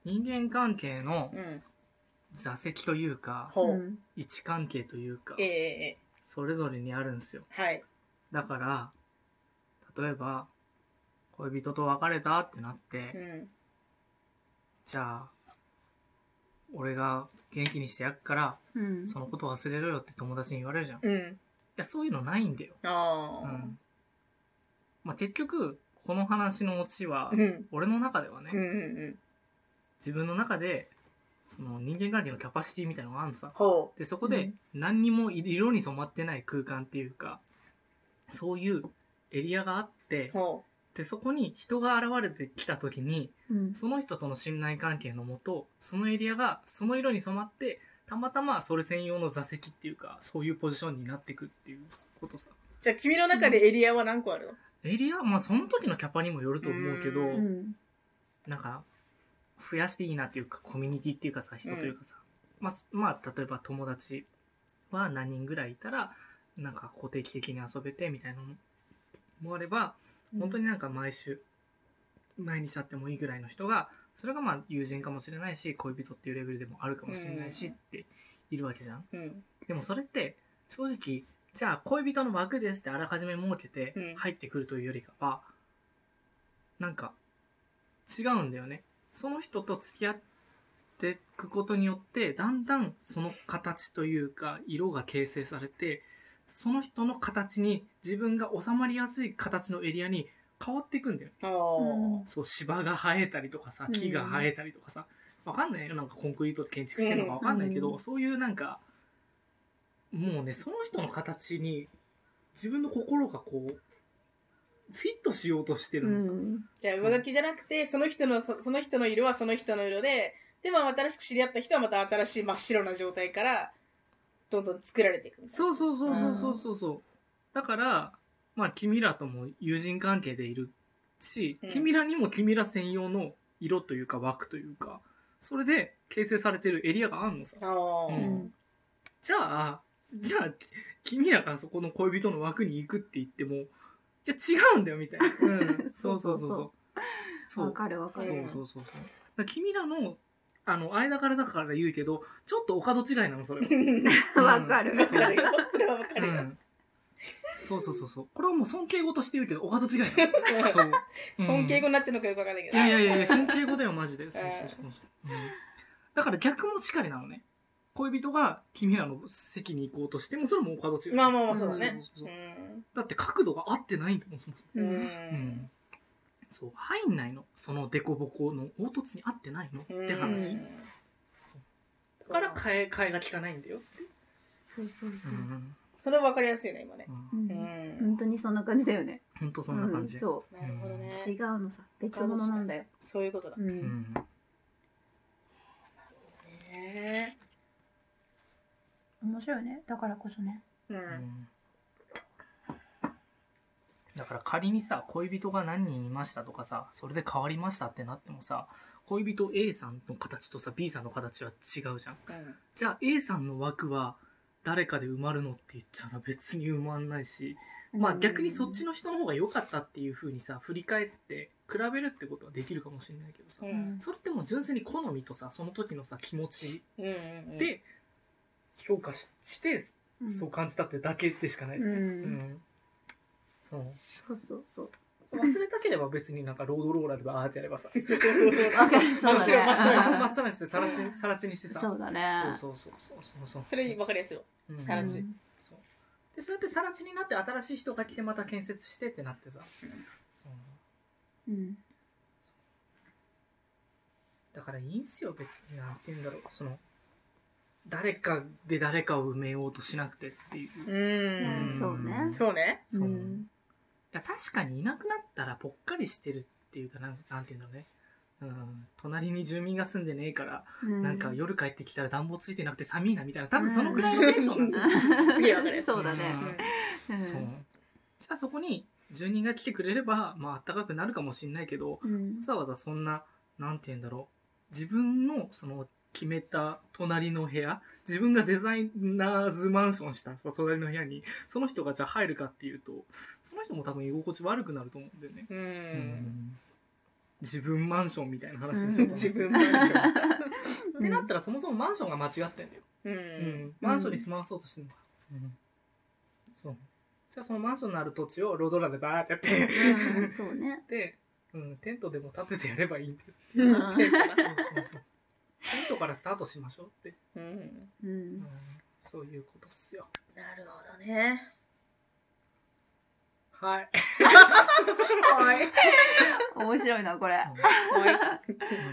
人間関係のうん座席というか、 ほう、 位置関係というか、 ええそれぞれにあるんですよ。 はいだから例えば恋人と別れたってなっうて、 んじゃあ俺が元気にしてやっからうんそのこと忘れろよって友達に言われるじゃん。いうんやそういうのないんだよ。 ああうん。まあ結局この話のオチは、 うん俺の中ではね、 うんうん自分の中でその人間関係のキャパシティみたいなのがあるのさ。 ほでそこで何にも色に染まってない空間っていうか、そういうエリアがあってう、ほでそこに人が現れてきた時に、 うんその人との信頼関係のもと、そのエリアがその色に染まってたまたまそれ専用の座席っていうか、そういうポジションになっていくっていうことさ。 うじゃあ君の中でエリアは何個あるの？ エリア、まあその時のキャパにもよると思うけど、 うんなんか増やしていいなっていうか、コミュニティっていうかさ、人というかさ、まあ例えば友達は何人ぐらいいたらなんか固定的に遊べてみたいなのもあれば、本当になんか毎日会ってもいいぐらいの人が、それがまあ友人かもしれないし、恋人っていうレベルでもあるかもしれないしっているわけじゃん。 うんでもそれって正直、じゃあ恋人の枠ですってあらかじめ設けてうん入ってくるというよりかは、なんか違うんだよね。その人と付き合っていくことによってだんだんその形というか色が形成されて、その人の形に自分が収まりやすい形のエリアに変わっていくんだよね。 ああそう、芝が生えたりとかさ、木が生えたりとかさ、わかんないよ。なんかコンクリートで建築してるのかわかんないけど、 うんそういうなんか、もうね、その人の形に自分の心がこう、フィットしようとしてるのさ。 じゃあ上書きじゃなくてその人の色はその人の色で、でも新しく知り合った人はまた新しい真っ白な状態からどんどん作られていくみたいな。 そうそうそうそうそうそうそう。だから、まあ君らとも友人関係でいるし、 うん君らにも君ら専用の色というか枠というか、それで形成されてるエリアがあるのさ。 ああ、 うんじゃあ、君らがそこの恋人の枠に行くって言っても、いや違うんだよみたいな。うん。そうそうそうそう。そう。 わかるわかる。 そうそうそうそう。だから君らの、間柄だから言うけど、ちょっとお門違いなの、それは。 わかる。 わかるよ。それはわかるよ。 うん。そうそうそうそう。これはもう尊敬語として言うけど、お門違いなの。そう。うん尊敬語になってるのかよくわかんないけど。 いやいやいや、尊敬語だよ、マジで。そうそうそうそう。うんだから逆もしかりなのね。恋人が君らの席に行こうとしても、それもお門違い。 まあまあまあ、そうだね。 そうそうそうだって角度が合ってないんだもん、そもそも。 うん。 うん。そう、入んないの。そのデコボコの凹凸に合ってないのって話。だから替えが効かないんだよ。 そうそうう。 そうんそれはわかりやすいね、今ね。 うんうん。 本当にそんな感じだよね。 ほんとそんな感じ。 そなるほどね。 う。違うのさ。別物なんだよ。 そういうことだ。 うん。 ね面白いね。だからこそね。 う。 うんんだから仮にさ、恋人が何人いましたとかさ、それで変わりましたってなってもさ、恋人 A さんの形とさ B さんの形は違うじゃん。 うん。 じゃあ A さんの枠は誰かで埋まるのって言ったら別に埋まんないし、まあ逆にそっちの人の方が良かったっていう風にさ、振り返って比べるってことはできるかもしれないけどさ、 うん。 それってもう純粋に好みとさ、その時のさ、気持ちうん。 で評価して、そう感じたってだけでしかないじゃん。 うんそう。 そうそうそう。 忘れたければ別になんかロードローラーでバーってやればさ、 わかる。 真っ白、真っ白、 うん真っ白にしてさらちにしてさ、 そうだね。 そうそうそうそうそう。 それわかりやすいよ。 うんさらちそう。で、そうやってさらちになって新しい人が来てまた建設してってなってさ、そう。 うん。 だからいいんすよ、別に。なんて言うんだろう。誰かで誰かを埋めようとしなくてっていう。 うん。 そうね。 そうね。 そう。 うんいや、確かにいなくなったらぽっかりしてるっていうかなんて言うんだろうね。隣に住民が住んでねえから、なんか夜帰ってきたら暖房ついてなくて寒いなみたいな、多分そのぐらいのテンションなんだよ。 すげえわかるやすい。 そうだね。 うんそう。じゃあそこに住人が来てくれれば、まあ暖かくなるかもしれないけど、 うんわざわざそんな、なんて言うんだろう。自分のその決めた隣の部屋、自分がデザイナーズマンションした隣の部屋に、その人がじゃあ入るかっていうと、その人も多分居心地悪くなると思うんだよね。 う。 うん自分マンションみたいな話にちょっと、 自分マンション。 ってなったらそもそもマンションが間違ってんだよ。 うん。 マンションに住まわそうとしてるのか。そう。じゃあそのマンションのある土地をロードランでバーってやってそうね。 で、テントでも立ててやればいいんだよ。 うんテントからスタートしましょうって。そういうことっすよ。 なるほどね。 はい。 はい。 面白いな、これ。 はい。